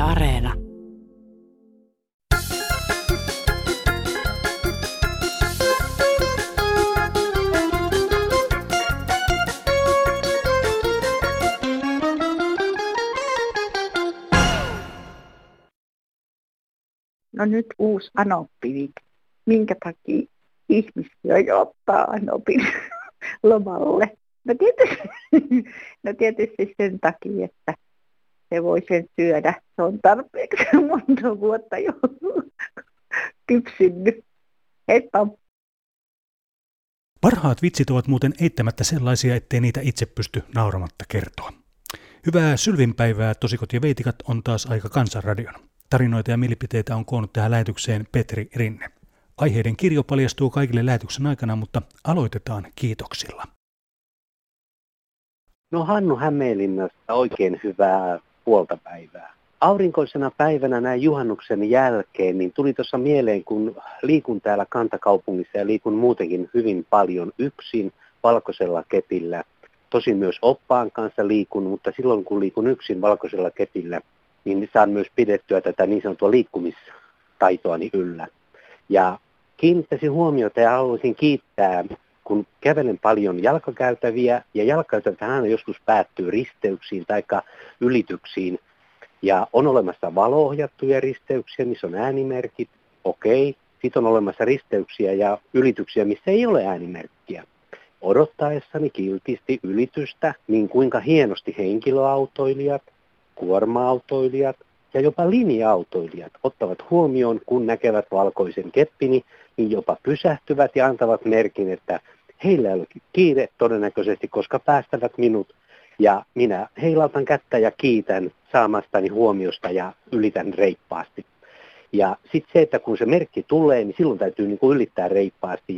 Areena. No nyt uusi anoppi. Minkä takia ihmisiä ottaa anopin lomalle? No tietysti sen takia, että se voi sen syödä. Se on tarpeeksi monta vuotta jo kypsynyt. Heippa! Parhaat vitsit ovat muuten eittämättä sellaisia, ettei niitä itse pysty nauramatta kertoa. Hyvää sylvinpäivää, tosikot ja veitikat, on taas aika Kansanradion. Tarinoita ja mielipiteitä on koonnut tähän lähetykseen Petri Rinne. Aiheiden kirjo paljastuu kaikille lähetyksen aikana, mutta aloitetaan kiitoksilla. No Hannu Hämeenlinnasta oikein hyvää puoltapäivää. Aurinkoisena päivänä näin juhannuksen jälkeen, niin tuli tuossa mieleen, kun liikun täällä kantakaupungissa ja liikun muutenkin hyvin paljon yksin valkoisella kepillä. Tosin myös oppaan kanssa liikun, mutta silloin kun liikun yksin valkoisella kepillä, niin saan myös pidettyä tätä niin sanottua liikkumistaitoani yllä. Ja kiinnittäisin huomiota ja haluaisin kiittää, kun kävelen paljon jalkakäytäviä, ja jalkakäytävät aina joskus päättyy risteyksiin tai ylityksiin. Ja on olemassa valo-ohjattuja risteyksiä, missä on äänimerkit, okei. Sitten on olemassa risteyksiä ja ylityksiä, missä ei ole äänimerkkiä. Odottaessani kiltisti ylitystä, niin kuinka hienosti henkilöautoilijat, kuorma-autoilijat ja jopa linja-autoilijat ottavat huomioon, kun näkevät valkoisen keppini, niin jopa pysähtyvät ja antavat merkin, että heillä ei ole kiire todennäköisesti, koska päästävät minut. Ja minä heilautan kättä ja kiitän saamastani huomiosta ja ylitän reippaasti. Ja sitten se, että kun se merkki tulee, niin silloin täytyy niin kuin ylittää reippaasti.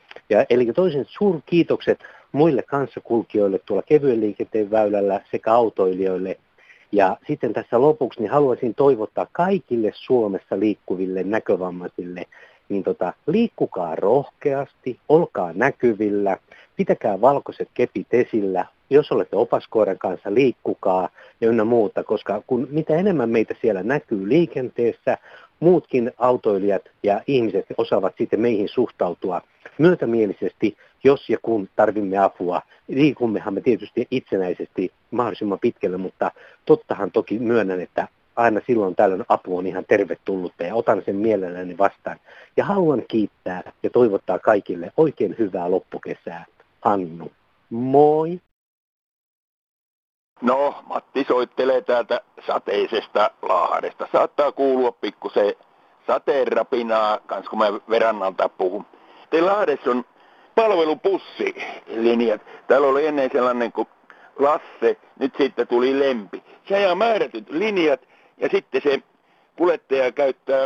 Eli toisen suurkiitokset muille kanssakulkijoille tuolla kevyen liikenteen väylällä sekä autoilijoille. Ja sitten tässä lopuksi niin haluaisin toivottaa kaikille Suomessa liikkuville näkövammaisille, niin liikkukaa rohkeasti, olkaa näkyvillä, pitäkää valkoiset kepit esillä, jos olette opaskoiran kanssa, liikkukaa ja ynnä muuta, koska mitä enemmän meitä siellä näkyy liikenteessä, muutkin autoilijat ja ihmiset osaavat sitten meihin suhtautua myötämielisesti, jos ja kun tarvimme apua. Liikummehan me tietysti itsenäisesti mahdollisimman pitkälle, mutta tottahan toki myönnän, että aina silloin tällöin apu on ihan tervetullutta ja otan sen mielelläni vastaan. Ja haluan kiittää ja toivottaa kaikille oikein hyvää loppukesää. Hannu, moi! No, Matti soittelee täältä sateisesta Lahdesta. Saattaa kuulua pikkusen sateen rapinaa, kans kun mä verannalta puhun. Teillä Lahdessa on palvelubussilinjat. Täällä oli ennen sellainen kuin Lasse, nyt siitä tuli Lempi. Se ajaa määrätyt linjat ja sitten se kuljettaja käyttää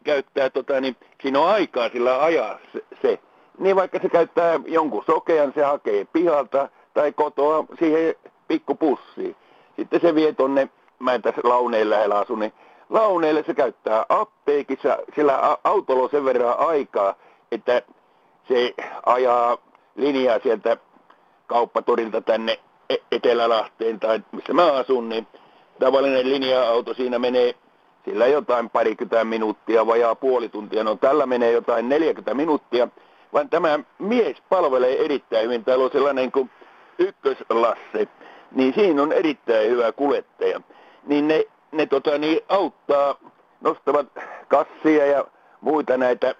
siinä on aikaa sillä ajaa se. Niin vaikka se käyttää jonkun sokean, se hakee pihalta tai kotoa siihen pikkupussiin. Sitten se vie tonne, mä en tässä Launeen lähellä asu, niin Launeelle se käyttää apteekissa, sillä autolla on sen verran aikaa, että se ajaa linjaa sieltä kauppatorilta tänne Etelälahteen tai missä mä asun, niin tavallinen linja-auto siinä menee sillä jotain parikymmentä minuuttia, vajaa puoli tuntia, no tällä menee jotain 40 minuuttia, vaan tämä mies palvelee erittäin hyvin, täällä on sellainen kuin Ykköslasse, niin siinä on erittäin hyvä kuljettaja, niin ne auttaa, nostavat kassia ja muita näitä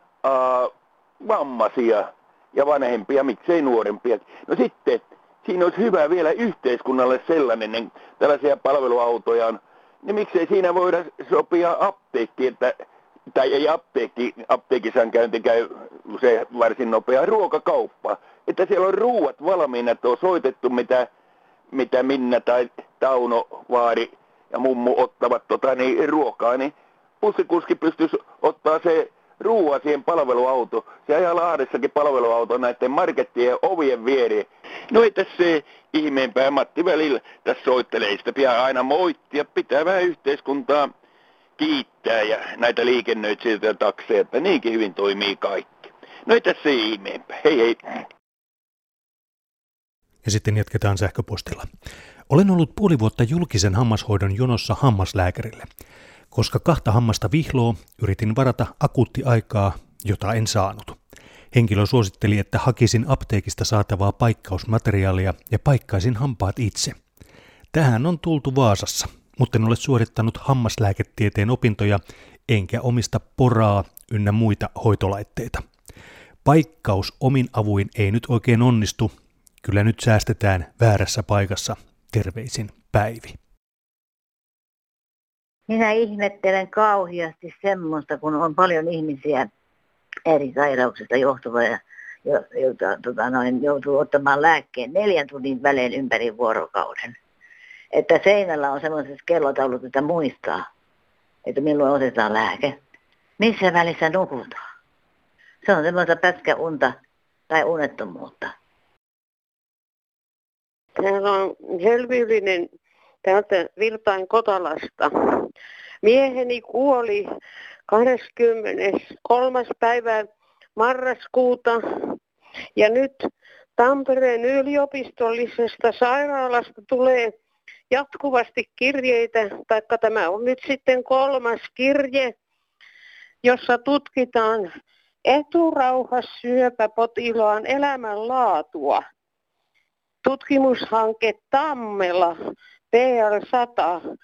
vammaisia ja vanhempia, miksei nuorempia. No sitten, siinä olisi hyvä vielä yhteiskunnalle sellainen, niin tällaisia palveluautoja on, niin miksei siinä voida sopia apteekki, tai ei apteekissaan käynti käy se varsin nopea ruokakauppa, että siellä on ruuat valmiina, että on soitettu mitä Minna tai Tauno, Vaari ja mummu ottavat ruokaa, niin bussikuski pystyisi ottaa se ruoa siihen palveluauto. Se ajaa Lahdessakin palveluauto näiden markettien ovien viereen. No ei tässä se ihmeenpää Matti välillä tässä soittelee, sitä pitää aina moittia, pitää vähän yhteiskuntaa kiittää ja näitä liikennöitsijöitä ja takseja, että niinkin hyvin toimii kaikki. No ei tässä se ihmeenpää, hei hei. Ja sitten jatketaan sähköpostilla. Olen ollut puoli vuotta julkisen hammashoidon jonossa hammaslääkärille. Koska 2 hammasta vihloo, yritin varata akuuttiaikaa, jota en saanut. Henkilö suositteli, että hakisin apteekista saatavaa paikkausmateriaalia ja paikkaisin hampaat itse. Tähän on tultu Vaasassa, mutta en ole suorittanut hammaslääketieteen opintoja, enkä omista poraa ynnä muita hoitolaitteita. Paikkaus omin avuin ei nyt oikein onnistu. Kyllä nyt säästetään väärässä paikassa. Terveisin Päivi. Minä ihmettelen kauheasti semmoista, kun on paljon ihmisiä eri sairauksista johtuvia, joutuu ottamaan lääkkeen 4 tunnin välein ympäri vuorokauden. Että seinällä on semmoiset kellotaulut, että muistaa, että milloin otetaan lääke. Missä välissä nukutaan? Se on semmoista pätkäunta tai unettomuutta. Täällä on Helvillinen täältä Virtain Kotalasta. Mieheni kuoli 23. päivä marraskuuta ja nyt Tampereen yliopistollisesta sairaalasta tulee jatkuvasti kirjeitä, taikka tämä on nyt sitten 3. kirje, jossa tutkitaan eturauhassyöpäpotilaan elämänlaatua. Tutkimushanke Tammela PL100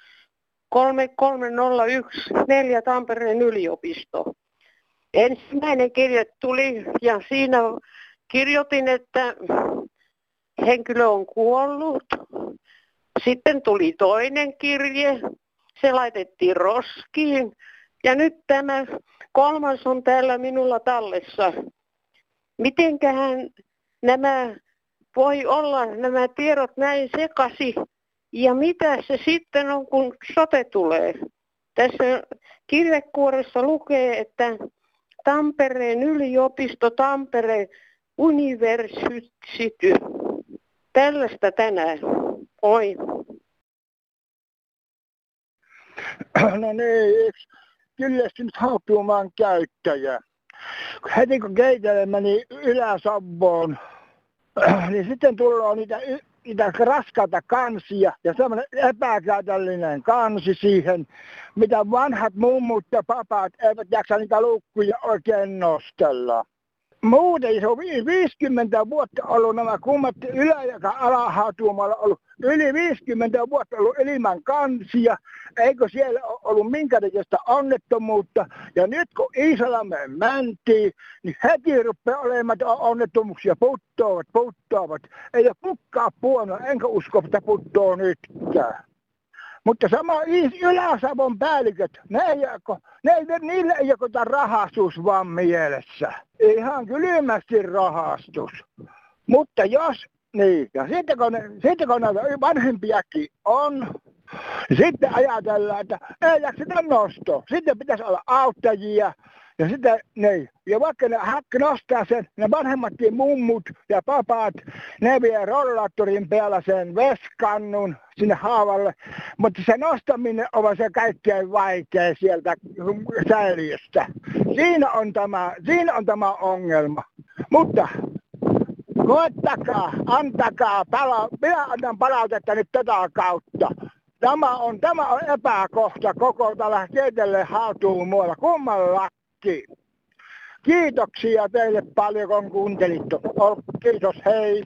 3301 4 Tampereen yliopisto. Ensimmäinen kirje tuli ja siinä kirjoitin, että henkilö on kuollut. Sitten tuli toinen kirje, se laitettiin roskiin ja nyt tämä 3. on täällä minulla tallessa. Mitenköhän nämä voi olla nämä tiedot näin sekaisin ja mitä se sitten on, kun sote tulee? Tässä kirjekuoressa lukee, että Tampereen yliopisto, Tampereen University. Tällaista tänään. Oi. No niin, kyllästynyt hautuumaan käyttäjä. Heti kun keittelemme niin Ylä-Savoon, niin sitten tulee niitä raskaita kansia ja semmoinen epäkäytällinen kansi siihen, mitä vanhat mummut ja papat eivät jaksa niitä luukkuja oikein nostella. Muuten se on 50 vuotta ollut nämä kummat ylä- ja alahautuumalla ollut yli 50 vuotta ollut ilman kansia, eikö siellä ole ollut minkälaista onnettomuutta. Ja nyt kun Iisalmeen mentiin, niin heti rupeaa olemaan onnettomuuksia putoavat. Ei ole kukaan puhunut, enkä usko, että putoaa nytkään. Mutta sama Ylä-Savon päälliköt, niillä ei ole rahastus vaan mielessä. Ihan kylmästi rahastus. Mutta jos, niin, ja sitten kun näitä vanhempiakin on, sitten ajatellaan, että ei jakseta nostoa. Sitten pitäisi olla auttajia. Ja sitten ja vaikka ne nostaa sen, ne vanhemmatkin mummut ja papat, ne vie rollaattorin päällä sen veskannun sinne haavalle. Mutta se nostaminen on se kaikkein vaikea sieltä säiliöstä. Siinä on tämä ongelma. Mutta koettakaa, antakaa, minä annan palautetta nyt tätä kautta. Tämä on epäkohta koko tällä tietelle hautuumuolla kummallakin. Kiitoksia teille paljon, kun kuuntelitte. Kiitos, hei.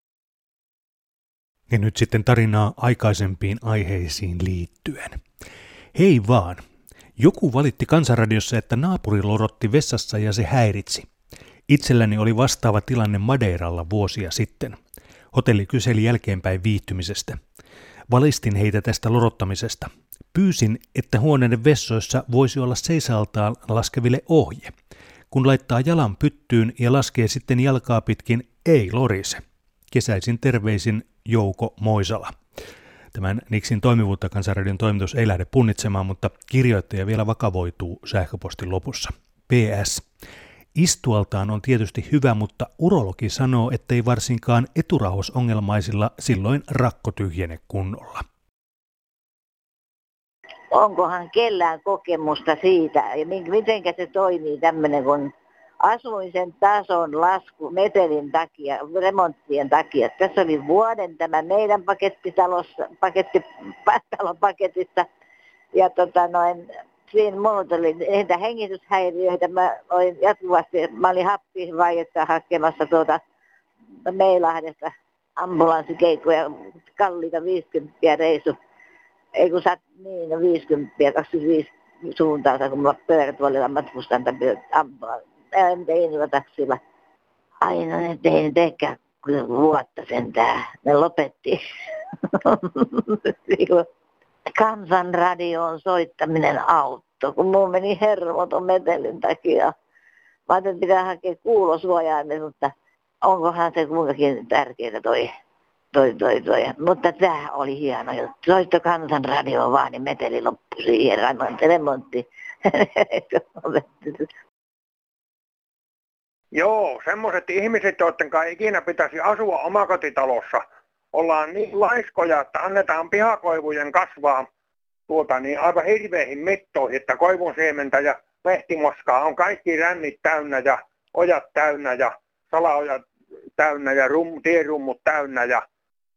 Ja nyt sitten tarinaa aikaisempiin aiheisiin liittyen. Hei vaan. Joku valitti Kansanradiossa, että naapuri lorotti vessassa ja se häiritsi. Itselläni oli vastaava tilanne Madeiralla vuosia sitten. Hotelli kyseli jälkeenpäin viihtymisestä. Valistin heitä tästä lorottamisesta. Pyysin, että huoneiden vessoissa voisi olla seisaltaan laskeville ohje. Kun laittaa jalan pyttyyn ja laskee sitten jalkaa pitkin, ei lorise. Kesäisin terveisin Jouko Moisala. Tämän Niksin toimivuutta Kansanradion toimitus ei lähde punnitsemaan, mutta kirjoittaja vielä vakavoituu sähköpostin lopussa. PS. Istualtaan on tietysti hyvä, mutta urologi sanoo, ettei varsinkaan eturauhasongelmaisilla silloin rakko tyhjene kunnolla. Onkohan kellään kokemusta siitä ja miten se toimii tämmöinen, kun asumisen tason lasku metelin takia, remonttien takia. Tässä oli vuoden tämä meidän talon paketissa. Ja siinä mulla tuli niitä hengityshäiriöitä. Mä olin happivaietta hakemassa Meilahdesta ambulanssikeikkoja, kalliita 50 reisu. Ei kun 50, 25 suuntaansa, kun mulla pyörätuolilla matkustan taksilla. Aina ne ei teekään vuotta sentään. Ne lopetti. Kansanradioon soittaminen auttoi, kun mulla meni hermoton metelin takia. Mä ajattelin, että pitää hakea kuulosuojaimen, mutta onkohan se kuinkakin tärkeää toi. Mutta tämä oli hieno juttu. Soitto Kansanradioon vaan, niin meteli loppui siihen. Remontti. Joo, semmoiset ihmiset, joiden kanssa ikinä pitäisi asua omakotitalossa, ollaan niin laiskoja, että annetaan pihakoivujen kasvaa aivan hirveihin mittoihin, että koivun siementä ja lehtimoskaa on kaikki rännit täynnä ja ojat täynnä ja salaojat täynnä ja tierummut täynnä ja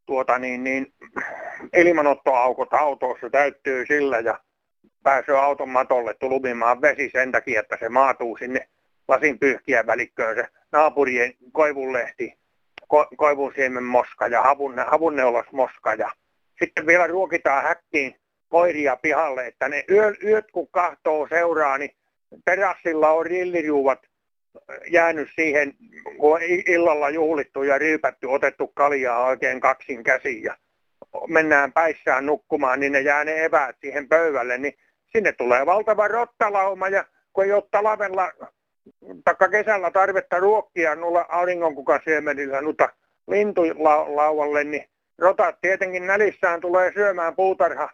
ilmanottoaukot autoissa täyttyy sillä ja pääsee auton matolle tulumimaan vesi sen takia, että se maatuu sinne lasinpyyhkiä välikköön se naapurien koivunlehti, koivunsiemen moska ja havunneulasmoska ja sitten vielä ruokitaan häkkiin koiria pihalle, että ne yöt kun kahtoo seuraa, niin terassilla on rilliruuvat jäänyt siihen, kun on illalla juhlittu ja ryypätty, otettu kaljaa oikein kaksin käsiin ja mennään päissään nukkumaan, niin ne jää ne eväät siihen pöydälle, niin sinne tulee valtava rottalauma ja kun ei ole talvella taikka kesällä tarvetta ruokkia nulla auringonkukasiemenillä lintulaualle, niin rotat tietenkin nälissään tulee syömään puutarha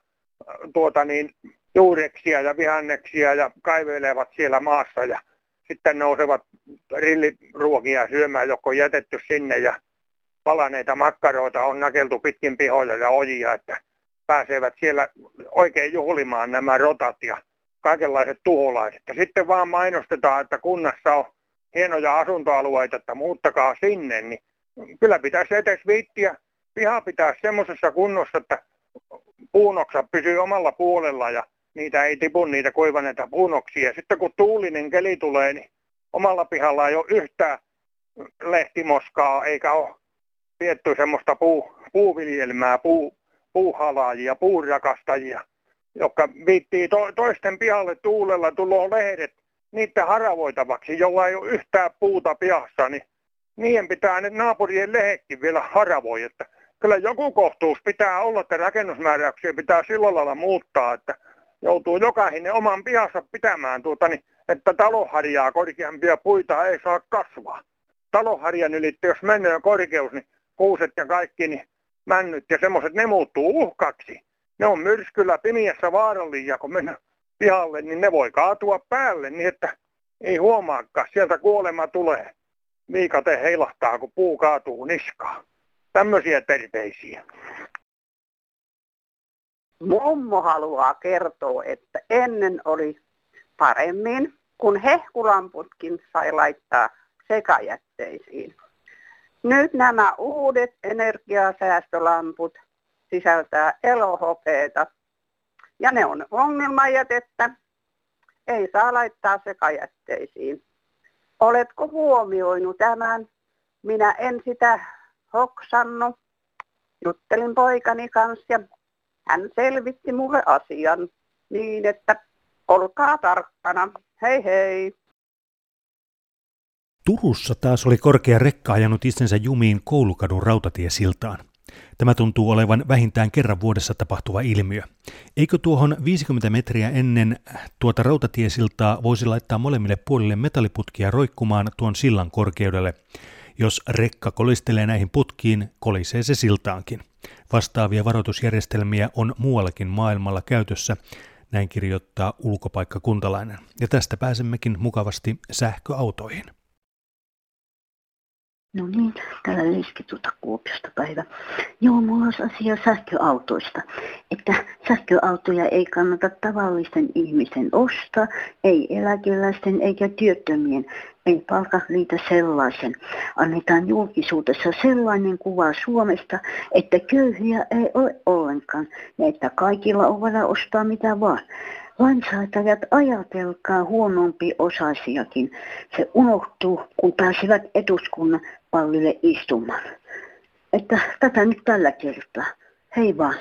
juureksia ja vihanneksia ja kaivelevat siellä maassa ja sitten nousevat rilliruokia syömään, jotka on jätetty sinne ja palaneita makkaroita on nakeltu pitkin pihoja ja ojia, että pääsevät siellä oikein juhlimaan nämä rotat ja kaikenlaiset tuholaiset. Ja sitten vaan mainostetaan, että kunnassa on hienoja asuntoalueita, että muuttakaa sinne, niin kyllä pitäisi edes viittiä piha pitää semmoisessa kunnossa, että puunoksa pysyy omalla puolella ja niitä ei tipu niitä kuivaneita puunoksia. Sitten kun tuulinen keli tulee, niin omalla pihalla ei ole yhtään lehtimoskaa eikä ole pietty semmoista puuviljelmää, puuhalaajia, puurakastajia, jotka viittii toisten pihalle tuulella tuloo lehdet niiden haravoitavaksi, jolla ei ole yhtään puuta pihassa, niin niiden pitää ne naapurien lehetkin vielä haravoi. Että kyllä joku kohtuus pitää olla, että rakennusmääräyksiä pitää sillä lailla muuttaa, että joutuu jokainen oman pihassa pitämään, että taloharjaa korkeampia puita ei saa kasvaa. Taloharjan ylittä, jos menee korkeus, niin kuuset ja kaikki, niin männyt ja semmoiset, ne muuttuu uhkaksi. Ne on myrskyllä pimiässä vaarallisia, kun mennään pihalle, niin ne voi kaatua päälle niin, että ei huomaakaan. Sieltä kuolema tulee. Viikate heilahtaa, kun puu kaatuu niskaan. Tämmöisiä terveisiä. Mummo haluaa kertoa, että ennen oli paremmin, kun hehkulamputkin sai laittaa sekajätteisiin. Nyt nämä uudet energiasäästölamput sisältää elohopeeta ja ne on ongelmajätettä. Ei saa laittaa sekajätteisiin. Oletko huomioinut tämän? Minä en sitä hoksannut. Juttelin poikani kanssa ja hän selvitti mulle asian niin, että olkaa tarkkana. Hei hei! Turussa taas oli korkea rekka ajanut itsensä jumiin Koulukadun rautatiesiltaan. Tämä tuntuu olevan vähintään kerran vuodessa tapahtuva ilmiö. Eikö tuohon 50 metriä ennen tuota rautatiesiltaa voisi laittaa molemmille puolille metalliputkia roikkumaan tuon sillan korkeudelle? Jos rekka kolistelee näihin putkiin, kolisee se siltaankin. Vastaavia varoitusjärjestelmiä on muuallakin maailmalla käytössä, näin kirjoittaa ulkopaikkakuntalainen. Ja tästä pääsemmekin mukavasti sähköautoihin. No niin, täällä Liski Kuopiosta päivä. Joo, mulla olisi asia sähköautoista. Että sähköautoja ei kannata tavallisten ihmisten ostaa, ei eläkeläisten eikä työttömien. Ei Palkaliita sellaisen. Annetaan julkisuudessa sellainen kuva Suomesta, että köyhiä ei ole ollenkaan ja että kaikilla on varaa ostaa mitä vaan. Lainsäätäjät, ajatelkaa huonompi osaisiakin. Se unohtuu, kun pääsevät eduskunnan pallille istumaan. Että tätä nyt tällä kertaa. Hei vaan.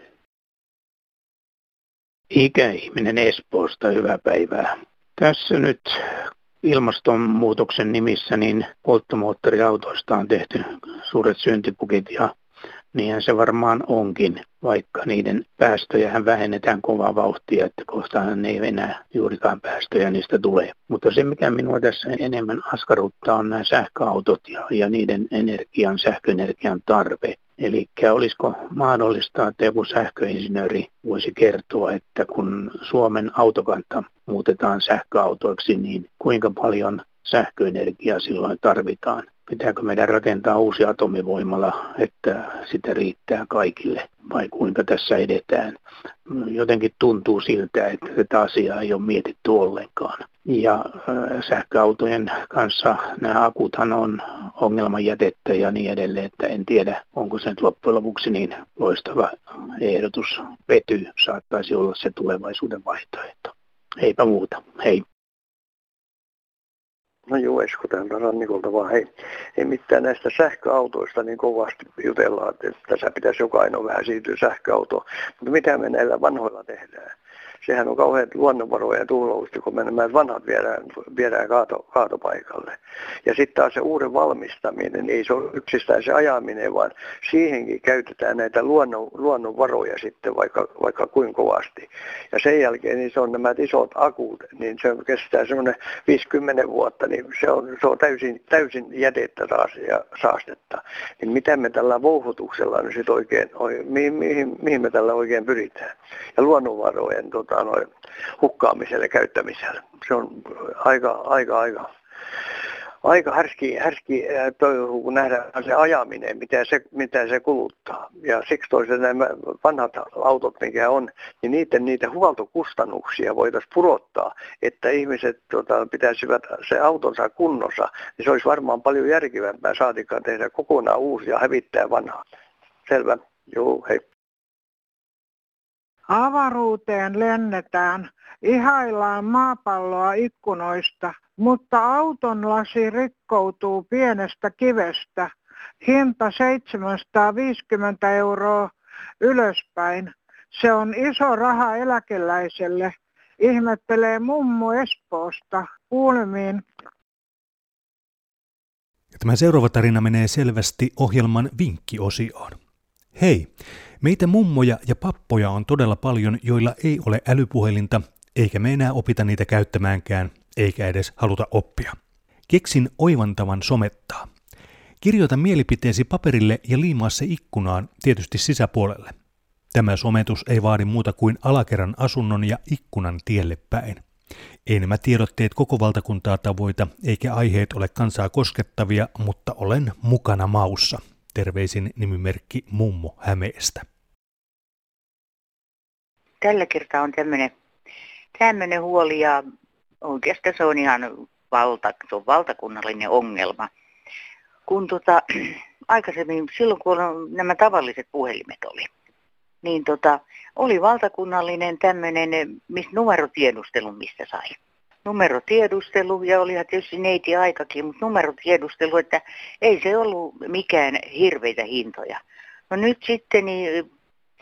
Ikäihminen Espoosta, hyvää päivää. Tässä nyt ilmastonmuutoksen nimissä niin polttomoottoriautoista on tehty suuret syntipukit ja niinhän se varmaan onkin, vaikka niiden päästöjähän vähennetään kovaa vauhtia, että kohtaan ei enää juurikaan päästöjä niistä tulee. Mutta se, mikä minua tässä enemmän askarruttaa, on nämä sähköautot ja niiden sähköenergian tarve. Eli olisiko mahdollista, että joku sähköinsinööri voisi kertoa, että kun Suomen autokanta muutetaan sähköautoiksi, niin kuinka paljon sähköenergiaa silloin tarvitaan? Pitääkö meidän rakentaa uusi atomivoimala, että sitä riittää kaikille, vai kuinka tässä edetään? Jotenkin tuntuu siltä, että tätä asiaa ei ole mietitty ollenkaan. Ja sähköautojen kanssa nämä akuthan on ongelmajätettä ja niin edelleen, että en tiedä, onko se nyt loppujen lopuksi niin loistava ehdotus. Vety saattaisi olla se tulevaisuuden vaihtoehto. Eipä muuta. Hei. No joo, Esko täältä rannikolta vaan. Ei mitään näistä sähköautoista niin kovasti jutellaan, että tässä pitäisi jokainen vähän siirtyä sähköautoon. Mutta mitä me näillä vanhoilla tehdään? Sehän on kauhean luonnonvarojen tuhlausta, kun me nämä vanhat viedään kaatopaikalle. Ja sitten taas se uuden valmistaminen, ei se ole yksistään se ajaminen, vaan siihenkin käytetään näitä luonnonvaroja sitten vaikka kuinka kovasti. Ja sen jälkeen niin se on nämä isot akut, niin se kestää semmoinen 50 vuotta, niin se on täysin jätettä taas ja saastetta. Niin mitä me tällä vouhotuksella nyt sitten oikein, mihin me tällä oikein pyritään? Ja luonnonvarojen hukkaamiselle ja käyttämiselle. Se on aika härski touhu, kun nähdään se ajaminen, mitä se kuluttaa. Ja siksi toisaalta nämä vanhat autot, mikä on, niin niitä huoltokustannuksia voitaisiin pudottaa, että ihmiset pitäisivät se autonsa kunnossa, niin se olisi varmaan paljon järkevämpää saatikaan tehdä kokonaan uusia ja hävittää vanhaa. Selvä. Joo, hei. Avaruuteen lennetään, ihaillaan maapalloa ikkunoista, mutta auton lasi rikkoutuu pienestä kivestä. Hinta 750 € ylöspäin. Se on iso raha eläkeläiselle. Ihmettelee mummo Espoosta. Kuulemiin. Tämä seuraava tarina menee selvästi ohjelman vinkkiosioon. Hei! Meitä mummoja ja pappoja on todella paljon, joilla ei ole älypuhelinta, eikä me enää opita niitä käyttämäänkään, eikä edes haluta oppia. Keksin oivantavan somettaa. Kirjoita mielipiteesi paperille ja liimaa se ikkunaan, tietysti sisäpuolelle. Tämä sometus ei vaadi muuta kuin alakerran asunnon ja ikkunan tielle päin. Ei nämä tiedotteet koko valtakuntaa tavoita, eikä aiheet ole kansaa koskettavia, mutta olen mukana maussa. Terveisin nimimerkki Mummo Hämeestä. Tällä kertaa on tämmöinen huoli ja oikeastaan se on ihan valtakunnallinen ongelma. Kun aikaisemmin, silloin kun nämä tavalliset puhelimet oli, niin oli valtakunnallinen tämmöinen numerotiedustelu, mistä sai. Numerotiedustelu ja olihan tietysti neiti aikakin, mutta numerotiedustelu, että ei se ollut mikään hirveitä hintoja. No nyt sitten niin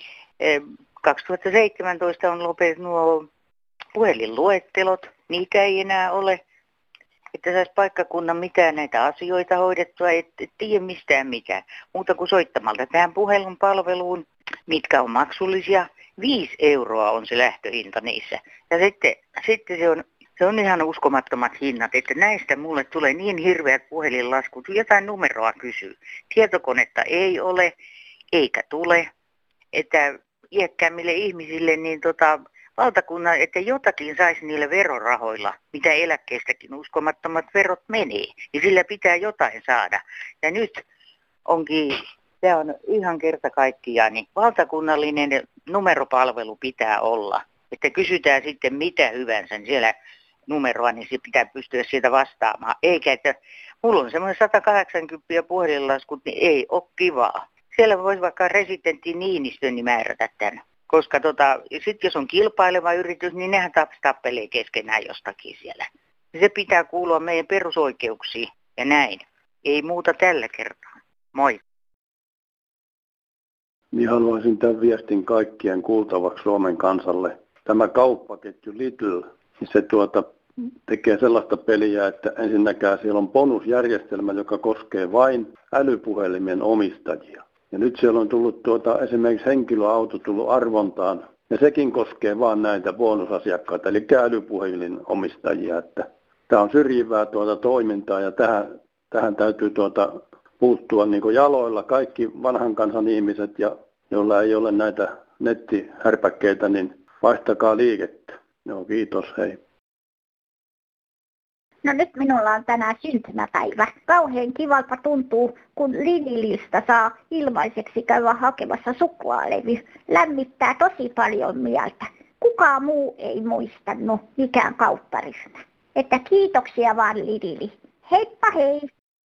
2017 on lopetettu nuo puhelinluettelot, niitä ei enää ole, että saisi paikkakunnan mitään näitä asioita hoidettua, et tiedä mistään mitään, muuta kuin soittamalta tähän puhelunpalveluun, mitkä on maksullisia, 5 € on se lähtöhinta niissä. Ja sitten se on ihan uskomattomat hinnat, että näistä mulle tulee niin hirveät puhelinlaskut, jotain numeroa kysyy. Tietokonetta ei ole, eikä tule, että iäkkäämmille ihmisille niin valtakunnan, että jotakin saisi niillä verorahoilla, mitä eläkkeestäkin uskomattomat verot menee. Ja sillä pitää jotain saada. Ja nyt onkin, se on ihan kerta kaikkiaan, niin valtakunnallinen numeropalvelu pitää olla. Että kysytään sitten mitä hyvänsä siellä numeroa, niin se pitää pystyä sieltä vastaamaan. Eikä, että mulla on semmoinen 180 puhelinlaskut, niin ei ole kivaa. Siellä voisi vaikka residentti Niinistön määrätä tämän. Koska sitten jos on kilpaileva yritys, niin nehän tappelee keskenään jostakin siellä. Se pitää kuulua meidän perusoikeuksiin ja näin. Ei muuta tällä kertaa. Moi. Niin haluaisin tämän viestin kaikkien kuultavaksi Suomen kansalle. Tämä kauppaketju Lidl, niin se tekee sellaista peliä, että ensinnäkään siellä on bonusjärjestelmä, joka koskee vain älypuhelimen omistajia. Ja nyt siellä on tullut esimerkiksi henkilöauto tullut arvontaan, ja sekin koskee vain näitä bonusasiakkaita, eli älypuhelin omistajia. Että tämä on syrjivää toimintaa, ja tähän täytyy puuttua niin kuin jaloilla. Kaikki vanhan kansan ihmiset, joilla ei ole näitä nettihärpäkkeitä, niin vaihtakaa liikettä. Joo, kiitos, hei. No nyt minulla on tänään syntymäpäivä. Kauhean kivalta tuntuu, kun Lidlistä saa ilmaiseksi käydä hakemassa suklaalevy. Lämmittää tosi paljon mieltä. Kukaan muu ei muistanut mikään kaupparyhmä. Että kiitoksia vaan Lidli. Heippa hei!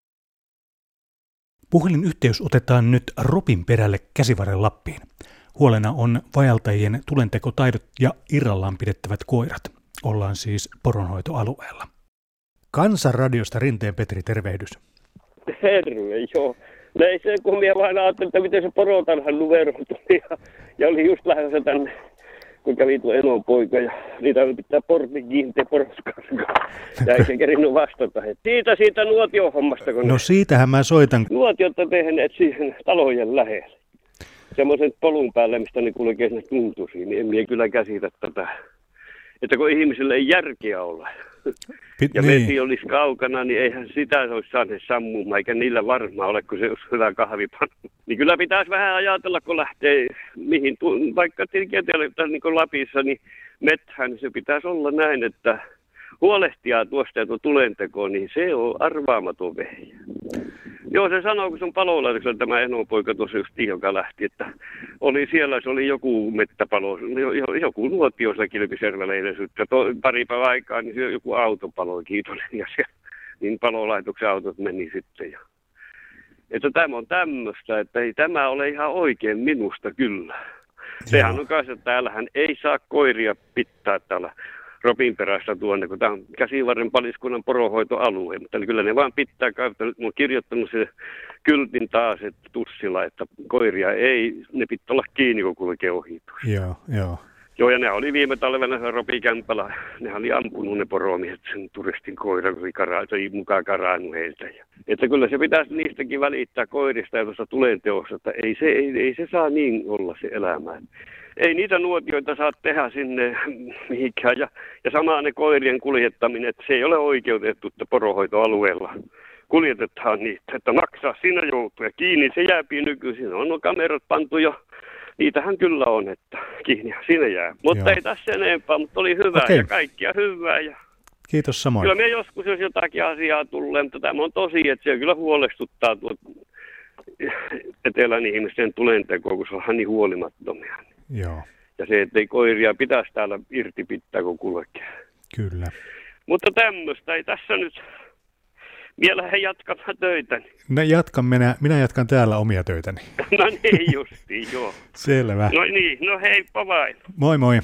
Puhelinyhteys otetaan nyt Ropin perälle Käsivarren Lappiin. Huolena on vaeltajien tulentekotaidot ja irrallaan pidettävät koirat. Ollaan siis poronhoitoalueella. Kansanradiosta Rinteen Petri, tervehdys. Terve, joo. Näin se, kun minä vain ajattelin, että miten se porotarhan numero tuli. Ja oli just lähdössä tänne, kun kävi tuo enon poika. Ja niitä pitää portin kiinteä poroskaskaan. Ja ei se kerinnut vastata. Siitä nuotiohommasta. Kun no siitähän mä soitan. Nuotiota tehneet siihen talojen lähelle. Semmoisen polun päälle, mistä ne kulkee sinne tuntuisiin. Niin en minä kyllä käsitä tätä. Että kun ihmisillä ei järkeä ole. Ja vesi olisi kaukana, niin eihän sitä olisi saaneet sammumaan, eikä niillä varmaan ole, kun se olisi hyvä kahvipannu. Niin kyllä pitäisi vähän ajatella, kun lähtee mihin, vaikka tietysti niin kuin Lapissa, niin metsään, niin se pitäisi olla näin, että huolehtia tuosta ja tuo tulentekoon, niin se on arvaamaton vehjä. Joo, se sanoo, kun se on palolaitoksella tämä enopoika tuossa just, joka lähti, että oli siellä, se oli joku mettäpalo, joku nuotio siellä Kilpisjärvellä eilen syttyä. Pari päivää aikaa, niin joku auto paloi, kiitollinen, ja siellä, niin palolaitoksen autot meni sitten. Ja. Että tämä on tämmöistä, että ei tämä ole ihan oikein minusta kyllä. Sehän on kanssa, että täällähän ei saa koiria pitää täällä Ropin perässä tuonne, kun tämä on Käsivarren paliskunnan poronhoitoalue, mutta kyllä ne vaan pitää käyttää. Nyt mä oon kirjoittanut se kyltin taas, että tussilla, että koiria ei, ne pitää olla kiinni, kun kulkee ohitus. Joo. Joo, ja ne oli viime talvena Ropikämpällä, ne oli ampunut ne poromiehet sen turistin koira, kun se ei mukaan karannut heiltä. Että kyllä se pitäisi niistäkin välittää koirista ja tuosta tulenteosta, että ei se saa niin olla se elämä. Ei niitä nuotioita saa tehdä sinne mihinkään. Ja samaa ne koirien kuljettaminen, että se ei ole oikeutettu, että poronhoitoalueella kuljetetaan niitä. Että maksaa siinä joutuu ja kiinni se jääpi nykyisin. On kamerat pantu jo. Niitähän kyllä on, että kiinni siinä jää. Mutta ei tässä enempää, mutta oli hyvää ja kaikkia hyvää. Ja kiitos samoin. Kyllä me joskus, jos jotakin asiaa tulee, mutta tämä on tosi, että se kyllä huolestuttaa tuo etelän ihmisten tulentekoa, kun se on niin huolimattomia. Joo. Ja se, ettei koiria pitäisi täällä irti pitää, kun kulkee. Kyllä. Mutta tämmöistä ei tässä nyt vielä he jatkamaan töitäni. Minä jatkan täällä omia töitäni. No niin justiin, joo. Selvä. No niin, no heippa vain. Moi moi.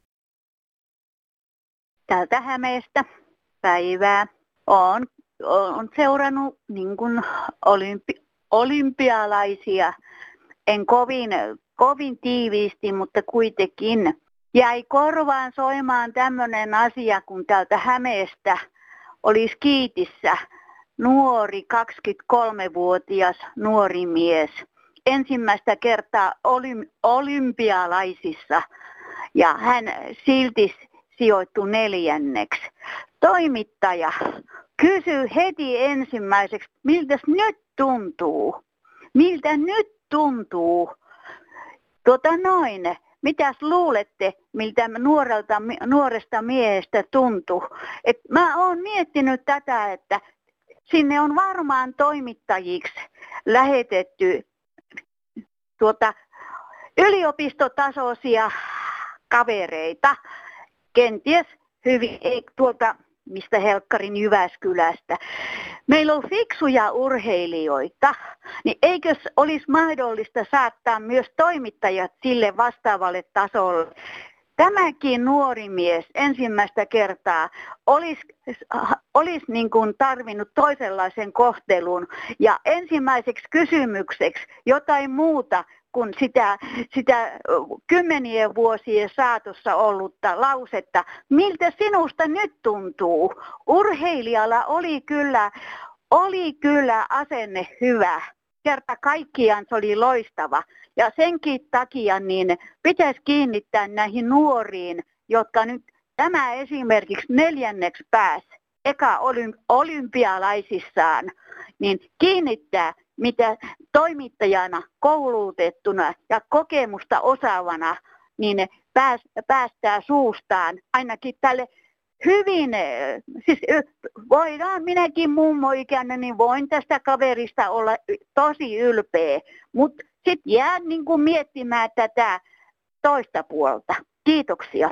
Täältä Hämeestä päivää. Olen seurannut niin kuin olympialaisia. En kovin tiiviisti, mutta kuitenkin. Jäi korvaan soimaan tämmöinen asia, kun täältä Hämeestä oli Skiitissä nuori 23-vuotias nuori mies. Ensimmäistä kertaa olympialaisissa ja hän silti sijoittui 4. Toimittaja kysyi heti ensimmäiseksi, miltä nyt tuntuu? Miltä nyt tuntuu? mitäs luulette, miltä nuoresta miehestä tuntuu? Et mä oon miettinyt tätä, että sinne on varmaan toimittajiksi lähetetty yliopistotasoisia kavereita, kenties hyvin mistä Helkkarin Jyväskylästä. Meillä on fiksuja urheilijoita, niin eikö olisi mahdollista saattaa myös toimittajat sille vastaavalle tasolle? Tämäkin nuori mies ensimmäistä kertaa olisi niin kuin tarvinnut toisenlaisen kohtelun ja ensimmäiseksi kysymykseksi jotain muuta kuin sitä kymmenien vuosien saatossa ollutta lausetta. Miltä sinusta nyt tuntuu? Urheilijalla oli kyllä asenne hyvä. Kerta kaikkiaan se oli loistava. Ja senkin takia niin pitäisi kiinnittää näihin nuoriin, jotka nyt tämä esimerkiksi 4. pääsi olympialaisissaan, niin kiinnittää mitä toimittajana, koulutettuna ja kokemusta osaavana, niin päästää suustaan ainakin tälle hyvin, siis voidaan minäkin mummoikäinen, niin voin tästä kaverista olla tosi ylpeä, mutta sitten jään niin kuin miettimään tätä toista puolta. Kiitoksia.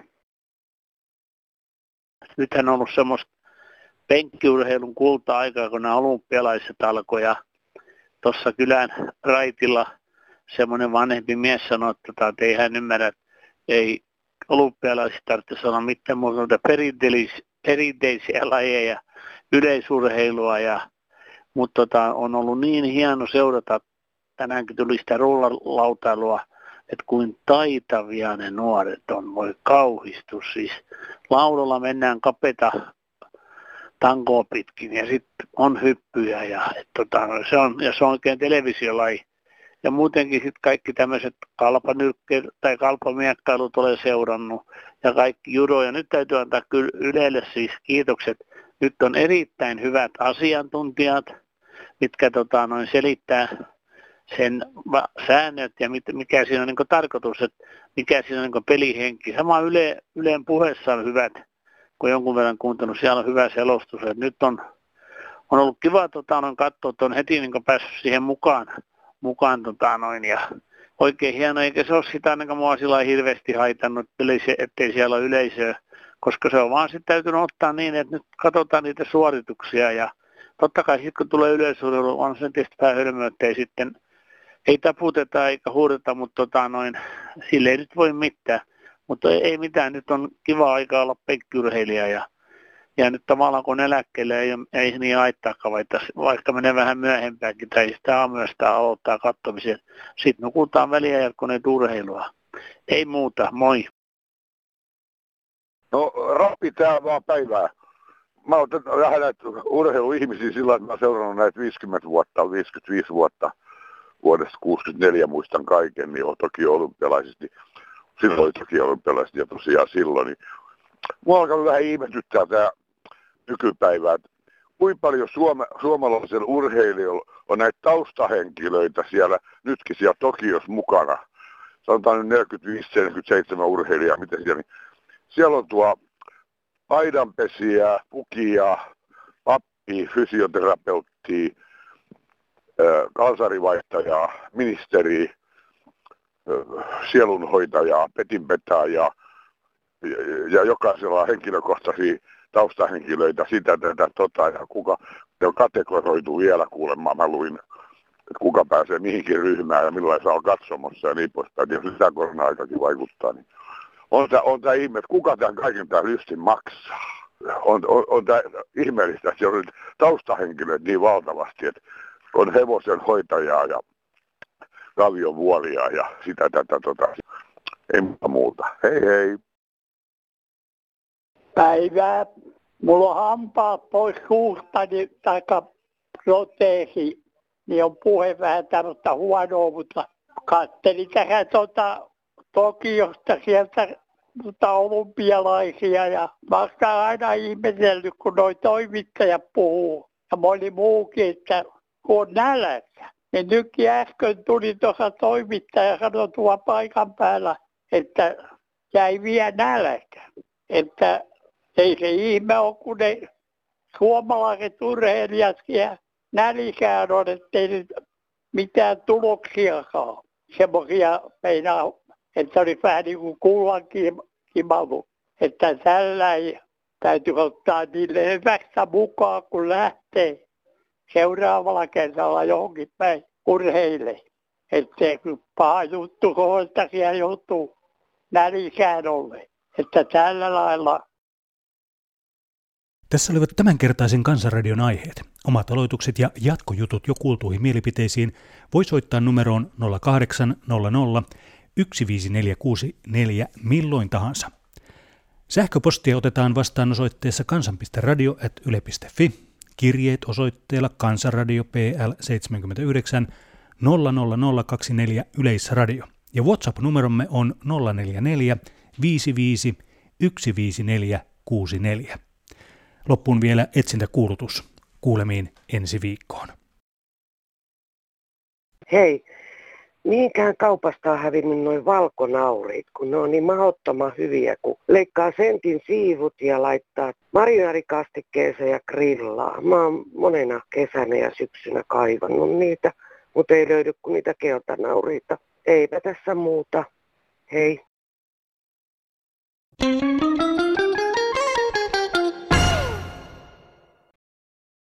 Nyt on ollut semmoista penkkiurheilun kulta-aikaa, kun nämä olympialaiset alkoi ja tuossa kylän raitilla semmoinen vanhempi mies sanoi, että ei hän ymmärrä, että ei olympialaisista tarvitse sanoa mitään muuta perinteisiä lajeja, yleisurheilua, mutta on ollut niin hieno seurata, tänäänkin tuli sitä rullalautailua, että kuin taitavia ne nuoret on, voi kauhistus. Siis laudalla mennään kapeita tankoa pitkin ja sitten on hyppyjä se on oikein televisiolaji. Ja muutenkin sitten kaikki tämmöiset kalpamiekkailut olen seurannut ja kaikki judo. Ja nyt täytyy antaa kyllä Ylelle siis kiitokset. Nyt on erittäin hyvät asiantuntijat, mitkä selittää sen säännöt ja mikä siinä on niin tarkoitus, että mikä siinä on niin pelihenki. Sama Ylen puheessa on hyvät, kun jonkun verran kuuntanut, siellä on hyvä selostus. Et nyt on ollut kiva katsoa, että on heti niin päässyt siihen mukaan ja oikein hieno, eikä se ole sitä ainakaan mua sillä hirveästi haitannut, ettei siellä ole yleisöä, koska se on vaan sitten täytynyt ottaa niin, että nyt katsotaan niitä suorituksia ja totta kai sitten kun tulee yleisurheilu, on sen tietysti vähän hölmöä, ettei sitten ei taputeta eikä huudeta, mutta sille ei nyt voi mitään. Mutta ei mitään, nyt on kiva aika olla penkkiurheilija ja nyt tavallaan kun eläkkeelle ei niin haittaakaan, vaikka menee vähän myöhempäänkin tai sitä aamuyöstä aloittaa katsomisen. Sitten nukutaan väliajat, kun ei urheilua. Ei muuta, moi. No rappi tää vaan päivää. Mä oon vähän näitä urheiluihmisiä sillä, että mä oon seurannut näitä 50 vuotta, 55 vuotta. Vuodesta 64 muistan kaiken, niin on toki olympialaisesti. Silloin oli toki olympialaiset ja tosiaan silloin. Niin mua alkaa vähän ihmetyttää tämä nykypäivä, että kuinka paljon suomalaisella urheilijoilla on näitä taustahenkilöitä siellä, nytkin siellä Tokiossa mukana. Sanotaan nyt 45-77 urheilijaa, miten siellä. Niin siellä on tuo aidanpesiä, pukia, pappi, fysioterapeutti, kalsarivaihtajaa, ministeri, sielunhoitajaa, petinpetäjää ja jokaisella on henkilökohtaisia taustahenkilöitä, sitä, tätä, ja kuka on kategoroitu vielä kuulemma. Mä luin, että kuka pääsee mihinkin ryhmään ja millainen saa katsomossa ja niin poispäin. Ja sitä korona-aikakin vaikuttaa. Niin on tämä ihme, että kuka tämän kaiken tämän lystin maksaa. On tämä ihmeellistä, että siellä on taustahenkilöitä niin valtavasti, että on hevosen hoitajaa ja ravionvuolia ja sitä ei muuta. Hei hei. Päivää. Mulla on hampaat pois suustani, taikka proteesi, niin on puhe vähän tämmöistä huonoa, mutta katselin tähän Tokiosta sieltä olympialaisia ja mä oon aina ihmetellyt, kun noi toimittajat puhuu ja moni muukin, että kun on nälkä. Niin nytkin äsken tuli tuossa toimittaja sanoi tuolla paikan päällä, että jäi vielä nälkä. Että ei se ihme ole, kun ne suomalaiset urheilijatkin ja nälkään on, ettei nyt mitään tuloksiakaan. Semmoisia meinaa, että olisi vähän niin kuin kullan kimalu. Että tällä ei täytyy ottaa niille hyvästä mukaan, kun lähtee seuraavalla kerralla johonkin päin urheille. Ettei paha juttu, kun siellä joutuu nälkään olleen. Että tällä lailla. Tässä olivat tämänkertaisen Kansanradion aiheet. Omat aloitukset ja jatkojutut jo kuultuihin mielipiteisiin voi soittaa numeroon 0800 15464 milloin tahansa. Sähköpostia otetaan vastaan osoitteessa kansan.radio@yle.fi, kirjeet osoitteella Kansanradio PL 79 00024 Yleisradio ja WhatsApp-numeromme on 044 55 154 64. Loppuun vielä etsintäkuulutus. Kuulemiin ensi viikkoon. Hei, mihinkään kaupasta on hävinnyt noin valkonaurit, kun ne on niin mahdottoman hyviä, kun leikkaa sentin siivut ja laittaa marjonaarikastikkeeseen ja grillaa. Mä oon monena kesänä ja syksynä kaivannut niitä, mutta ei löydy kuin niitä keltanauriita. Eipä tässä muuta. Hei.